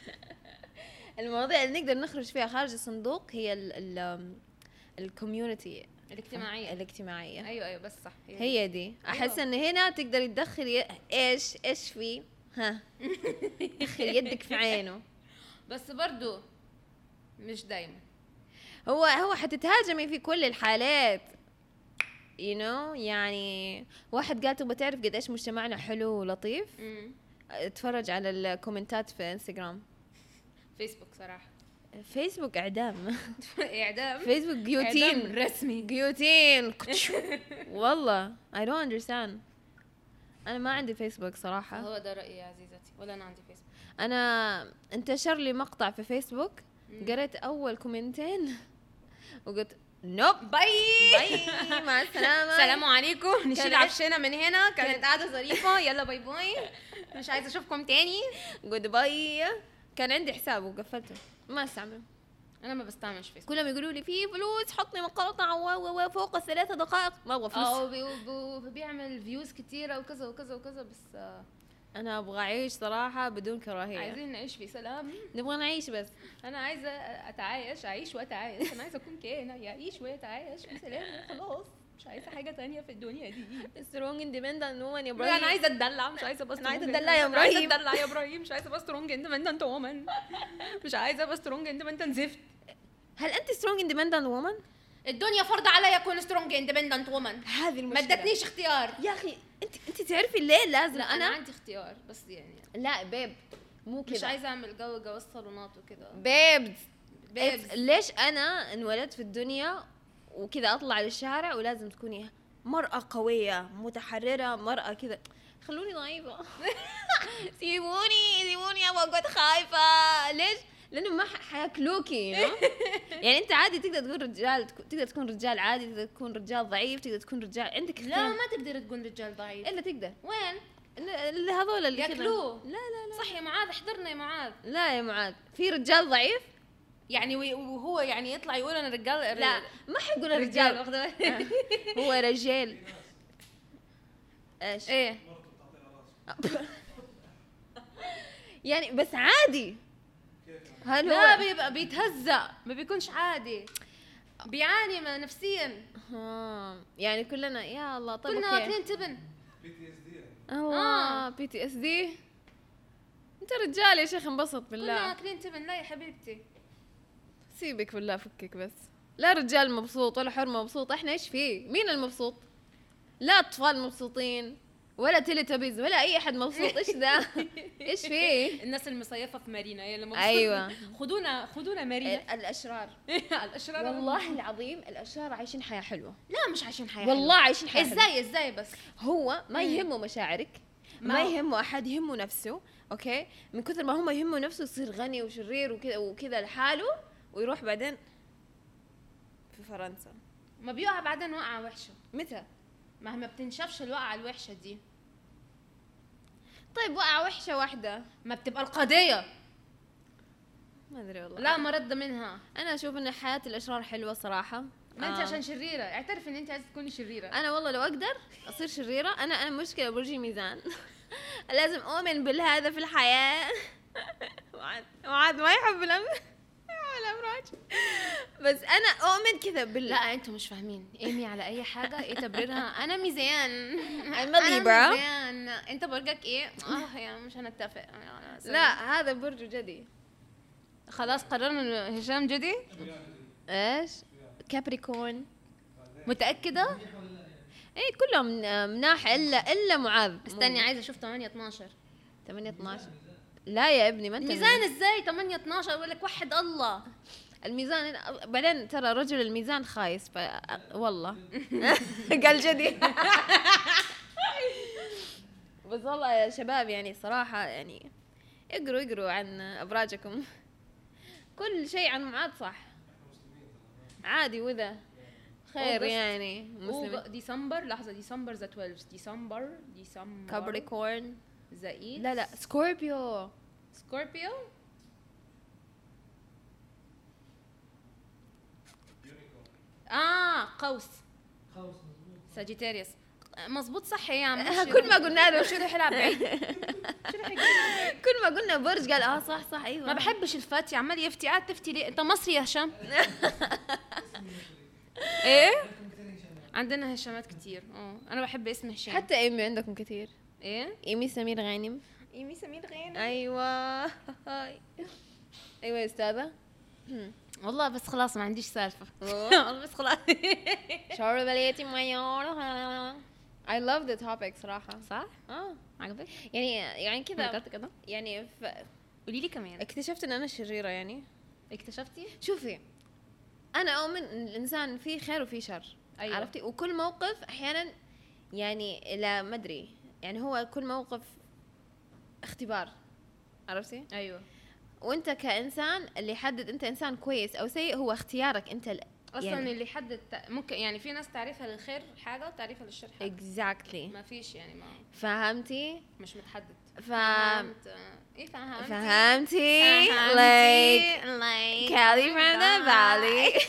المواضيع اللي نقدر نخرج فيها خارج الصندوق هي ال ال الكوميونتي الاجتماعيه الاجتماعيه. ايوه ايوه بس صح هي, هي دي. احس أيوة. ان هنا تقدر تدخل ايش ايش في ها دخل يدك في عينه. بس برضو مش دايما. هو هو حتتهاجمي في كل الحالات you know. يعني واحد قال تبغى تعرف قد ايش مجتمعنا حلو ولطيف؟ مم. اتفرج على الكومنتات في انستغرام. فيسبوك صراحه فيسبوك اعدام اعدام فيسبوك جيوتين رسمي جيوتين والله I don't understand. انا ما عندي فيسبوك صراحه. هو ده رايي يا عزيزتي، ولا انا عندي فيسبوك. انا انتشر لي مقطع في فيسبوك، قريت اول كومنتين وقلت نوب باي باي مع السلامه سلام عليكم نشيل عفشنا من هنا. كانت قاعده ظريفه يلا باي باي مش عايزه اشوفكم تاني جود باي. كان عندي حساب وقفلته ما استعمله. انا ما بستعملش فيسبوك. كلهم يقولوا لي في فلوس حطني مقاطع وفوق الثلاثة دقائق ما ابغى فلوس. اه بيعمل فيوز كتيره وكذا وكذا وكذا. بس انا ابغى اعيش صراحه بدون كراهيه. عايزين نعيش في سلام. نبغى نعيش بس انا عايزه اتعايش اعيش واتعايش. انا عايزه اكون كائنه يعيش ويتعايش في سلام وخلاص. مش عايزه حاجه تانية في الدنيا دي. سترونج اندبندنت وومن يا ابراهيم. انا عايزه اتدلع مش عايزه بس. انا عايزه اتدلع يا ابراهيم. عايزه اتدلع يا ابراهيم مش عايزه بس سترونج اندبندنت وومن. مش عايزه بس سترونج اندبندنت زفت. هل انت سترونج اندبندنت وومن؟ الدنيا فرض عليا اكون سترونج اندبندنت وومن. هذه المشكله. ما ادتنيش اختيار يا اخي. انت انت تعرفي ليه لازم؟ لا انا, أنا عندي اختيار بس يعني. لا بيب مو كده. مش عايزه اعمل جو جو الصالونات وكده. بيب بيب ليش انا انولدت في الدنيا وكذا اطلع للشارع ولازم تكوني مرأة قوية متحررة، مرأة كذا؟ خلوني ضعيفة. سيبوني سيبوني ابغى اقعد خايفة. ليش؟ لانه ما حياكلوكي يعني. انت عادي تقدر تكون رجال، تقدر تكون رجال عادي، تقدر تكون رجال ضعيف، تقدر تكون رجال عندك اختيار. لا ما تقدر تكون رجال ضعيف الا تقدر. وين اللي هذول اللي ياكلوه. لا لا لا صح يا معاذ احضرنا يا معاذ. لا يا معاذ في رجال ضعيف يعني وهو يعني يطلع يقول انا رجال. لا ما حيقول رجال, رجال. هو رجال ايش ايه يعني بس عادي. هل لا هو بيبقى بيتهزأ ما بيكونش عادي، بيعاني من نفسيا. ها يعني كلنا يا الله. طيب كلنا واكلين تبن بي تي اس دي. الله بي تي اس دي. انت رجال يا شيخ انبسط بالله. كلنا واكلين تبن. لا يا حبيبتي سيبك بالله فكك بس. لا رجال مبسوط ولا حر مبسوط. احنا ايش فيه؟ مين المبسوط؟ لا اطفال مبسوطين ولا تيليتابيز ولا اي احد مبسوط. ايش ذا؟ ايش فيه؟ الناس المصيفه في مارينا هي اللي مبسوطه. ايوه خدونا خدونا مارينا. الاشرار الاشرار والله العظيم الاشرار عايشين حياه حلوه. لا مش عايشين حياه والله حلوة. عايشين حياه ازاي ازاي بس هو ما يهمه مشاعرك، ما, ما يهمه احد، يهمه نفسه. اوكي من كثر ما هم يهمه نفسه يصير غني وشرير وكذا وكذا لحاله ويروح بعدين في فرنسا. ما بيقع بعدين وقعه وحشه. متى؟ ما ما بتنشفش الوقعه الوحشه دي. طيب وقع وحشه واحده ما بتبقى القضيه. ما ادري والله. لا مرد منها. انا اشوف ان حياه الاشرار حلوه صراحه. ما انت آه. عشان شريره، اعترف ان انت عايزه تكوني شريره. انا والله لو اقدر اصير شريره. انا انا مشكله برج الميزان. لازم اؤمن بالهذا في الحياه. وعاد وعاد ما يحب الامر الامراج. بس انا اؤمن كذا بال لا انتوا مش فاهمين ايمي على اي حاجه ايه تبريرها. انا ميزان. I'm a انا Libra. ميزان. انت برجك ايه؟ اه يعني مش هنتفق. لا هذا برج جدي. خلاص قررنا إنه هشام جدي. ايش كابريكورن. متاكده؟ اي كلهم مناح الا الا معاذ. استني عايزه اشوف ثمانية اثناشر. ثمانية اثناشر. لا يا ابني ما انت الميزان ازاي ثمانية اثناشر؟ اقول لك وحد الله. الميزان بعدين ترى رجل الميزان خايس ف... والله. قال جدي. بس والله يا شباب يعني صراحة يعني اقروا اقروا عن ابراجكم. كل شيء عن معاذ صح عادي وذا خير يعني مسلم. ديسمبر لحظة ديسمبر ذا اثناشر ديسمبر ديسمبر كابريكورن ذا ايه؟ لا لا سكوربيو. سكوربيو اه قوس. قوس ساجيتاريوس مزبوط صح يا عم. كل ما قلنا له شو رح يلعب بعيد. كل ما قلنا برج قال اه صح صح ايوه. ما بحبش الفتي عمال يفتي. قاعد تفتي ليه؟ انت مصري يا هشام. ايه عندنا هشامات كتير. اه انا بحب اسم هشام. حتى ايمي عندكم كتير. ايه ايمي سمير غانم. ايمي سمير غانم. ايوه. ايوه يا استاذه. والله بس خلاص ما عنديش سالفه. والله بس خلاص. شعور بليتي مايور. I love the topic صراحة. صح؟ اه عجبك؟ يعني يعني كذا كده يعني ف... قولي لي كمان. اكتشفت ان انا شريرة يعني. اكتشفتي؟ شوفي انا اؤمن ان الانسان فيه خير وفيه شر. أيوة. عرفتي؟ وكل موقف احيانا يعني لا ما ادري يعني هو كل موقف اختبار. عرفتي؟ ايوه. وانت كانسان اللي يحدد انت انسان كويس او سيء هو اختيارك انت ال... اصلا يعني. اللي يحدد ممكن يعني في ناس تعرفها للخير حاجه وتعرفها للشر حاجه. exactly. ما فيش يعني ما فهمتي؟ مش متحدد. ف... فهمت. ايه فهمتي؟ فهمتي؟ فهمتي like like Kelly from the valley.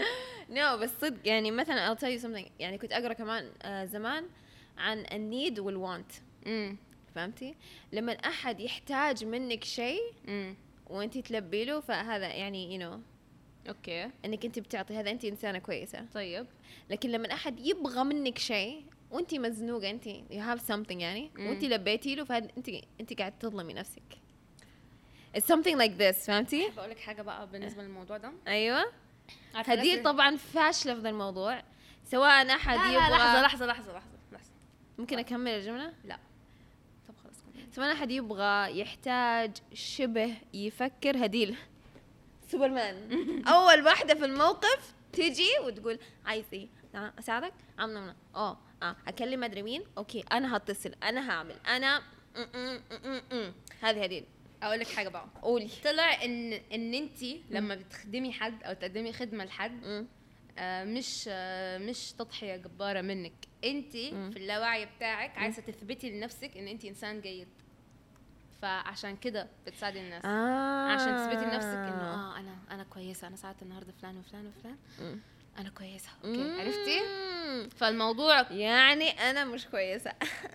no بس صدق يعني مثلا I'll tell you something يعني كنت اقرا كمان آه زمان عن النيد والوانت. امم فهمتي؟ لما احد يحتاج منك شيء امم وانتي تلبي له فهذا يعني you know اوكي انك انت بتعطي هذا انت انسانه كويسه. طيب لكن لما احد يبغى منك شيء وانت مزنوقه انت you have something يعني مم. وانت لبيتي له فهذا انت انت قاعد تظلمي نفسك. it's something like this. فهمتي؟ بقول لك حاجه بقى بالنسبه للموضوع ده. ايوه عارفة هديل الناس- طبعا فاشله في ذا الموضوع سواء احد لا يبغى لا لحظه لحظه لحظه لحظه لحظه. ممكن اكمل الجمله. لا طب خلاص كمل. سواء احد يبغى يحتاج شبه يفكر هديل سوبرمان. اول واحده في الموقف تجي وتقول عايز ايه اساعدك عم نمنا اه اه اكلم مدري مين اوكي انا هتصل انا هعمل انا م- م- م- م- هذه هديل. اقول لك حاجه بقى. قولي. طلع ان ان انت لما بتخدمي حد او تقدمي خدمه لحد م. آه مش آه مش تضحيه جباره منك. انت مم. في اللاوعي بتاعك عايزه تثبتي لنفسك ان انت انسان جيد. فعشان كده بتساعدي الناس. آه. عشان تثبتي لنفسك انه اه انا انا كويسه. انا ساعدت النهارده فلان وفلان وفلان. م. انا كويسه. اوكي مم. عرفتي؟ فالموضوع يعني انا مش كويسه.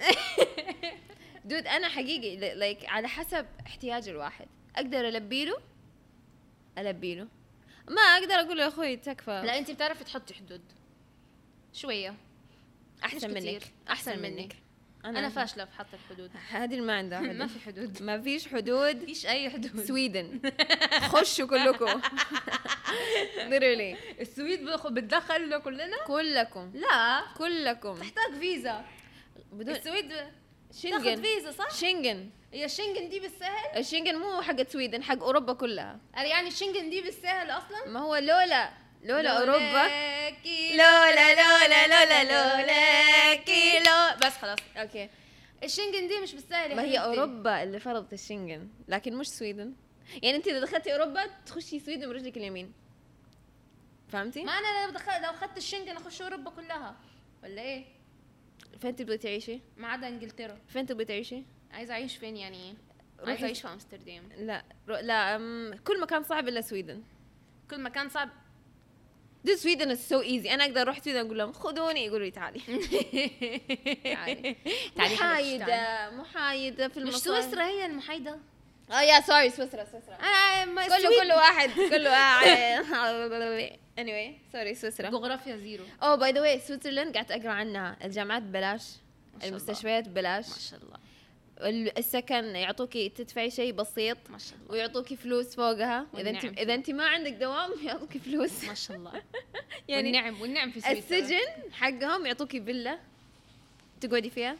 دود انا حقيقي لايك على حسب احتياج الواحد اقدر البي له البي له ما اقدر اقول له يا اخوي تكفى. لا انت بتعرفي تحطي حدود شويه. احسن مش منك كتير. احسن أحسن منك. منك. انا فاشله في حط الحدود. هذه اللي ما عندها حدود. ما في حدود. ما فيش حدود. مفيش اي حدود. سويدن خشوا كلكم. literally السويد بخ- بتدخلنا كلنا. كلكم لا كلكم تحتاج فيزا. بدون السويد تاخد شنغن. فيزا صح؟ شنغن هي الشنغن دي بالسهل؟ الشنغن مو حق سويدن حق اوروبا كلها. يعني الشنغن دي بالسهل اصلا؟ ما هو لولا لولا اوروبا لولاكي لولا لولا لولا لولاكي لو بس خلاص. اوكي الشنغن دي مش بالسهل يا ما هي حبيبتي. اوروبا اللي فرضت الشنغن لكن مش سويدن. يعني انت اذا دخلتي اوروبا تخشي سويدن برجلك اليمين. فهمتي؟ ما انا لو دخلت لو اخذت الشنغن اخش اوروبا كلها ولا ايه؟ فين تبغي تعيشي؟ ما عدا انجلترا. فين تبغي تعيشي؟ عايزه اعيش فين يعني؟ روحي عايزه اعيش في امستردام. لا رو... لا أم... كل مكان صعب الا سويدن. كل مكان صعب. دي سويدن is so easy. انا اقدر اروح سويدن اقول لهم خذوني يقولوا لي تعالي. تعالي تعالي محايده محايده في مش المصايف. سويسرا هي المحايده؟ اه يا سوري سويسرا سويسرا انا كله كل واحد كله anyway سوري سويسرا جغرافيا زيرو. اوه باي ذا واي سويسرلاند قاعدة اقرا عنها. الجامعات ببلاش، المستشفيات ببلاش ما شاء الله، السكن يعطوكي تدفعي شيء بسيط ما شاء الله، ويعطوكي فلوس فوقها. اذا انت والنعم. اذا انت ما عندك دوام يعطوكي فلوس ما شاء الله. يعني والنعم والنعم في سويسرا. السجن حقهم يعطوكي فيلا تقعدي فيها.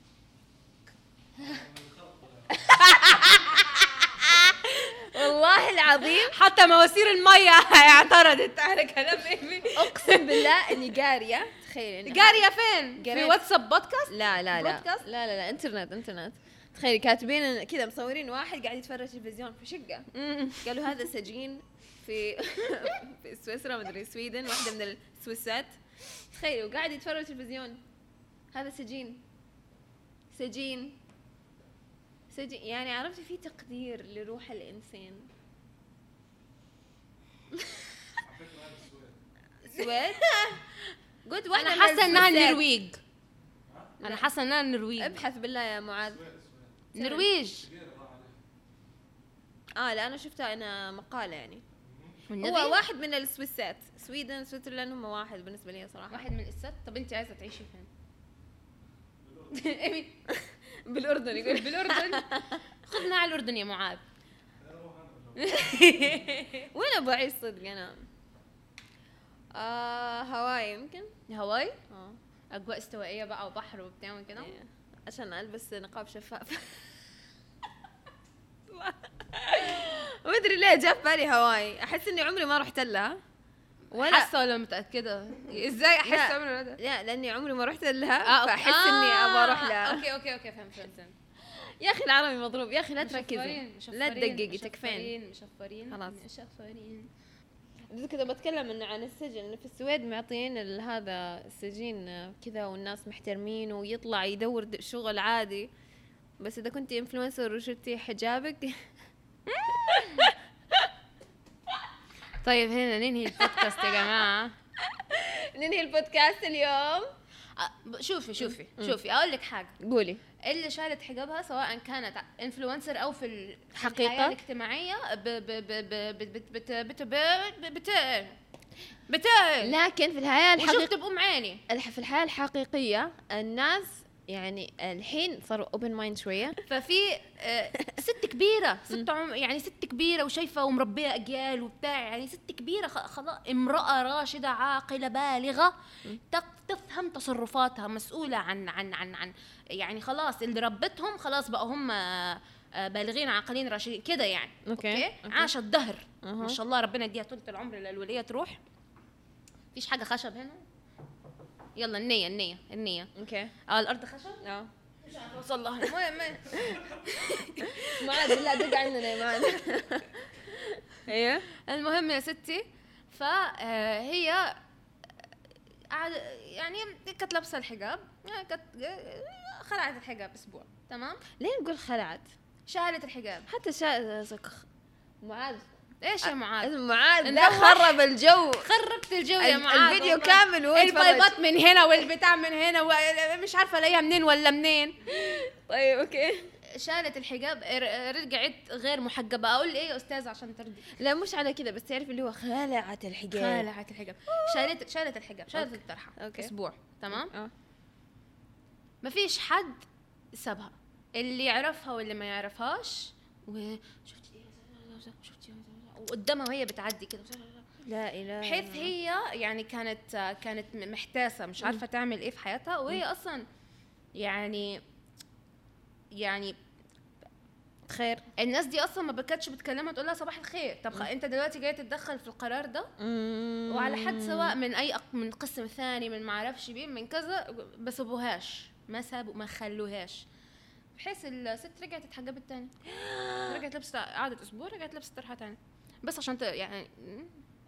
والله العظيم حتى مواسير المية اعترضت على كلام ايمي. اقسم بالله اني قاريه. تخيلي قارية فين؟ في قريت. واتساب بودكاست؟ لا لا لا بودكاست؟ لا لا لا انترنت انترنت. تخيلي كاتبين كذا مصورين واحد قاعد يتفرج تلفزيون في شقه. قالوا هذا سجين في في سويسرا مدري سويدن واحده من السويسات. تخيلي وقاعد يتفرج تلفزيون. هذا سجين سجين سجين يعني عرفتي في تقدير لروح الانسان. سويد قلت واحده انا حاسه انها السويسات. النرويج. انا حاسه انها النرويج. ابحث بالله يا معاذ. النرويج. اه لا انا شفتها انا مقاله يعني. والنبي؟ هو واحد من السويسات. سويدن سويسرلاند هم واحد بالنسبه لي صراحه. واحد من الاسات. طب انت عايزه تعيشي فين؟ بالاردن يقول بالاردن. خذنا على الاردن يا معاذ. وين ابغى اعيش صدق انا؟ آه هواي يمكن. هواي؟ اه اجواء استوائيه بقى وبحر وبتاع وكده. إيه. عشان البس نقاب شفاف. ما ادري ليه جاء في بالي هواي. احس اني عمري ما رحت لها ولا حاسه ولا متاكده؟ ازاي احس لا. عمري ما لا لاني عمري ما رحت لها آه، أوكي. فاحس اني ابغى اروح لها. اوكي اوكي اوكي فهمت فهمت. يا اخي العربي مضروب يا اخي لا تركزي مشفرين، لا مشفرين، تدققي تكفين. مشفرين خلاص. مشفرين. كذا بتكلم إنه عن السجن إنه في السويد معطين ال- هذا السجين كذا والناس محترمين ويطلع يدور د- شغل عادي. بس إذا كنتي إنفلونسر وشلتي حجابك. طيب هنا ننهي البودكاست يا جماعه. ننهي البودكاست اليوم. أ- شوفي شوفي شوفي اقول لك حاجه. قولي. اللي شالت حجابها سواء كانت انفلونسر او في ال- في حقيقة؟ الحياه الاجتماعيه ب ب ب ب بت بت بت بت بت بت لكن في الحياة وشفت الحقيقية بأم عيني. في الحياة الحقيقية الناس يعني الحين صاروا اوبن مايند شوية. ففي آه، ست كبيره ست عم يعني ست كبيره وشايفه ومربيه اجيال وبتاع يعني ست كبيره خ- خلاص امراه راشده عاقله بالغه تق- تفهم تصرفاتها مسؤوله عن عن عن عن يعني خلاص اللي ربتهم خلاص بقى هم آه، آه، بالغين عاقلين راشدين كده يعني. أوكي. اوكي أوكي. عاشت دهر أها. ما شاء الله ربنا يديها طولة العمر للوليه تروح. مفيش حاجه خشب هنا. يلا النيه النيه النيه اوكي. اه الارض خشب. اه مش عارفه اوصل لها. المهم معاذ بالله دق عندنا يا معاذ. ايوه المهم يا ستي فهي قاعد يعني كانت لابسه الحجاب كانت خلعت الحجاب اسبوع تمام. ليه نقول خلعت؟ شالت الحجاب. حتى شا سك- معاذ ايش يا معاذ؟ اسم معاذ ده نروح. خرب الجو. خربت الجو يا ال- معاذ الفيديو والله. كامل وهو يتفرج. البايبات من هنا والبتاع من هنا ومش عارفه الاقيها منين ولا منين. طيب اوكي. شالت الحجاب ر- رجعت غير محجبه. اقول ايه يا استاذ عشان ترضي؟ لا مش على كذا بس تعرف اللي هو خلعت الحجاب. خلعت الحجاب. شالت شالت الحجاب شالت الطرحه أوكي. اسبوع تمام. اه ما فيش حد سابها اللي يعرفها واللي ما يعرفهاش. وشفتي شفتي وقدامها وهي بتعدي كده لا اله. بحيث هي يعني كانت كانت محتاسه مش عارفه تعمل ايه في حياتها وهي اصلا يعني يعني خير. الناس دي اصلا ما كانتش بتكلمها تقول لها صباح الخير. طب خ... انت دلوقتي جاي تتدخل في القرار ده وعلى حد سواء من اي أق... من قسم ثاني من ما اعرفش بيه من كذا ما سابوهاش ما سابوا ما خلوهاش بحيث الست رجعت اتحجبت تاني. رجعت لبست قعدت اسبوع رجعت لبست طرحه تاني بس عشان ت... يعني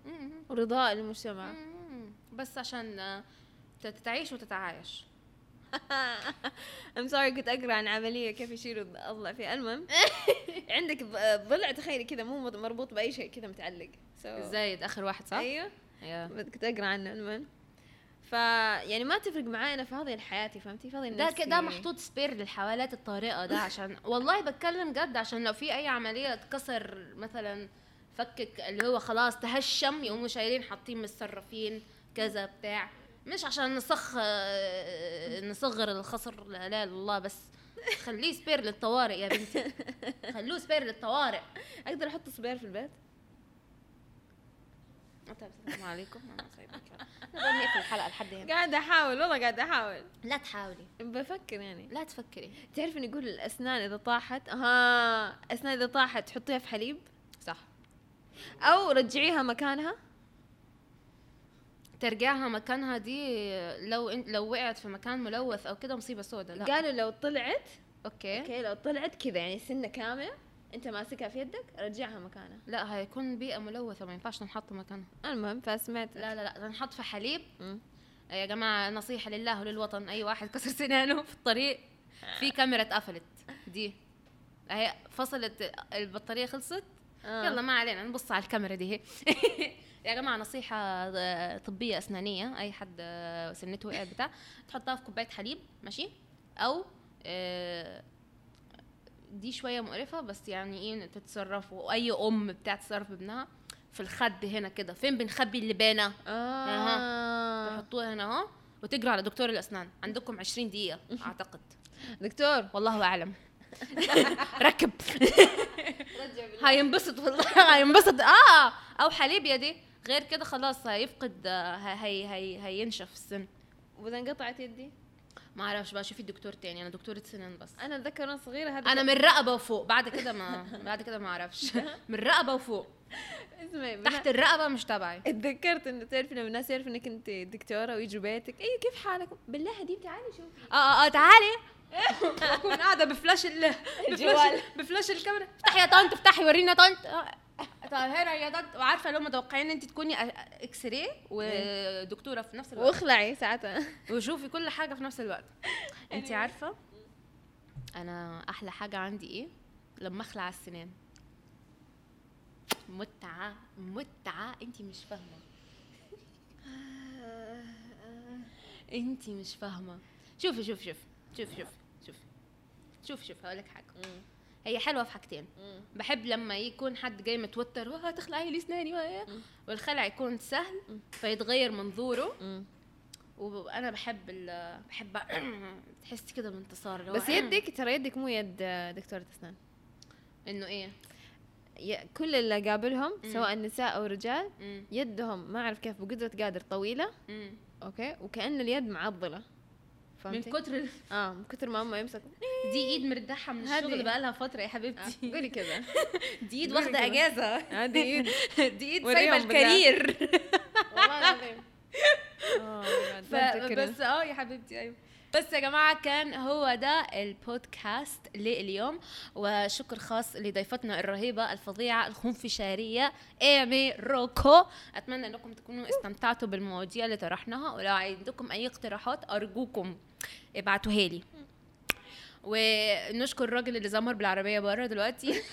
رضاء المجتمع. بس عشان ت- تعيش وتتعايش. I'm sorry كنت أقرأ عن عملية كيف يشيلوا الضلع فيها. المهم عندك ضلع تخيلي كذا مو مربوط بأي شيء كذا متعلق. so زايد آخر واحد صح؟ أيوه yeah. كنت أقرأ عنه. المهم ف يعني ما تفرق معاي أنا في هذه الحياة فهمتي في هذه ده كده محطوط سبير للحوالات الطارئة ده عشان والله بتكلم جد عشان لو في أي عملية تكسر مثلا فكك اللي هو خلاص تهشم يقوموا شايلين حاطين متصرفين كذا بتاع مش عشان نصخ نصغر الخصر لا لا الله بس خليه سبير للطوارئ يا بنتي خلوه سبير للطوارئ. أقدر أحط سبير في البيت؟ السلام عليكم انا سايبك نبغى نقفل الحلقه لحد هنا. قاعده احاول والله قاعده احاول. لا تحاولي بفكر يعني لا تفكري. تعرف اني يقول الاسنان اذا طاحت اها اسنان اذا طاحت تحطيها في حليب صح او رجعيها مكانها ترجعها مكانها دي لو انت لو وقعت في مكان ملوث او كده مصيبه سوداء. لا قالوا لو طلعت اوكي اوكي لو طلعت كذا يعني سنه كامله انت ماسكها في يدك رجعها مكانها. لا هيكون بيئه ملوثه ما ينفعش نحط مكانها. المهم فسمعت لا لا لا نحط في حليب. م. يا جماعه نصيحه لله وللوطن اي واحد كسر سنانه في الطريق في كاميرا اتقفلت دي هي فصلت البطاريه خلصت آه. يلا ما علينا نبص على الكاميرا دي هي. يا جماعه نصيحه طبيه اسنانيه اي حد سنته وقعت بتاع تحطها في كوبايه حليب ماشي او آه دي شويه مقرفه بس يعني ايه تتصرفوا واي ام بتاع تتصرف بابنها في الخد هنا كده فين بنخبي اللبانه اه اها تحطوها هنا اهو وتجروا على دكتور الاسنان عندكم عشرين دقيقه اعتقد دكتور والله اعلم. ركب هينبسط والله هينبسط اه او حليب يا دي غير كده خلاص هيفقد هي هي هينشف السن. واذا انقطعت يدي ما اعرفش بقى شوفي الدكتور تاني انا دكتورة سنان بس انا اتذكر وانا صغيره هذا انا من الرقبه وفوق بعد كده ما بعد كده ما اعرفش من الرقبه وفوق اسمعي تحت الرقبه مش تبعي. اتذكرت انه تعرفي لما الناس يعرفوا انك انت دكتوره ويجوا بيتك اي كيف حالكم بالله حبيبتي تعالي شوفي اه اه اه تعالي اكون قاعده بفلاش الجوال بفلاش الكاميرا افتحي يا طنط افتحي ورينا طنط طاهره يا طنط وعارفه لو متوقعين ان انت تكوني اكس راي ودكتوره في نفس الوقت واخلعي ساعتها وشوفي كل حاجه في نفس الوقت. انت عارفه انا احلى حاجه عندي ايه لما اخلع السنان متعه متعه انت مش فاهمه انت مش فاهمه. شوفي شوفي شوفي شوفي شوفي شوفي شوفي شوفي هقول لك حاجه مم. هي حلوه في حاجتين. مم. بحب لما يكون حد جاي متوتر وهتخلعي لي اسناني والخلع يكون سهل مم. فيتغير منظوره مم. وانا بحب بحب تحسي كده بانتصار. بس يدك ترى يدك مو يد دكتوره اسنان انه ايه كل اللي قابلهم مم. سواء نساء او رجال مم. يدهم ما اعرف كيف بقدره قادر طويله مم. اوكي وكأن اليد معضله من كتر اه من كتر ما هم يمسكوا دي ايد مرتاحه من الشغل بقى لها فتره يا حبيبتي. آه. قولي كده دي ايد واخده اجازه اه دي ايد دي ايد سايبه الكارير والله العظيم. اه بس اه يا حبيبتي ايوه بس يا جماعه كان هو ده البودكاست لليوم وشكر خاص لضيفتنا الرهيبه الفظيعه الخنفشاريه ايمي روكو. اتمنى انكم تكونوا استمتعتوا بالمواضيع اللي طرحناها ولو عندكم اي اقتراحات ارجوكم ابعتوها لي. ونشكر الراجل اللي زمر بالعربيه بره دلوقتي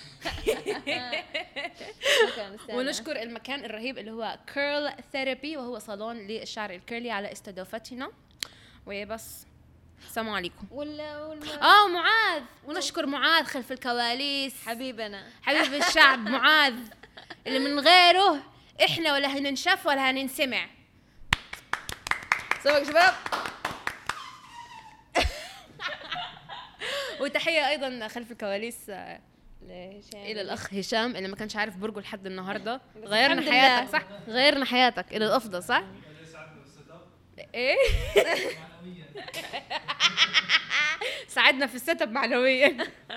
ونشكر المكان الرهيب اللي هو كيرل ثيرابي وهو صالون للشعر الكيرلي على استضافتنا وبس. السلام عليكم. ولا ولا اه معاذ ونشكر معاذ خلف الكواليس حبيبنا حبيب الشعب معاذ اللي من غيره احنا ولا هننشف ولا هننسمع. سمك شباب. وتحيه ايضا خلف الكواليس الى الاخ هشام اللي ما كانش عارف برجه لحد النهارده. غيرنا حياتك صح غيرنا حياتك الى الافضل صح ايه ساعدنا في السيت اب معنويا.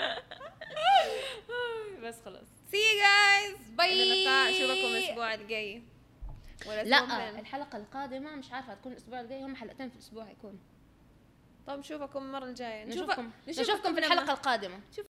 بس خلاص سي يو جايز باي اشوفكم الاسبوع الجاي ولا لا الحلقه القادمه مش عارفه هتكون الاسبوع الجاي هم حلقتين في الاسبوع هيكون. طب نشوفكم المره الجايه نشوفكم نشوفكم في الحلقه القادمه.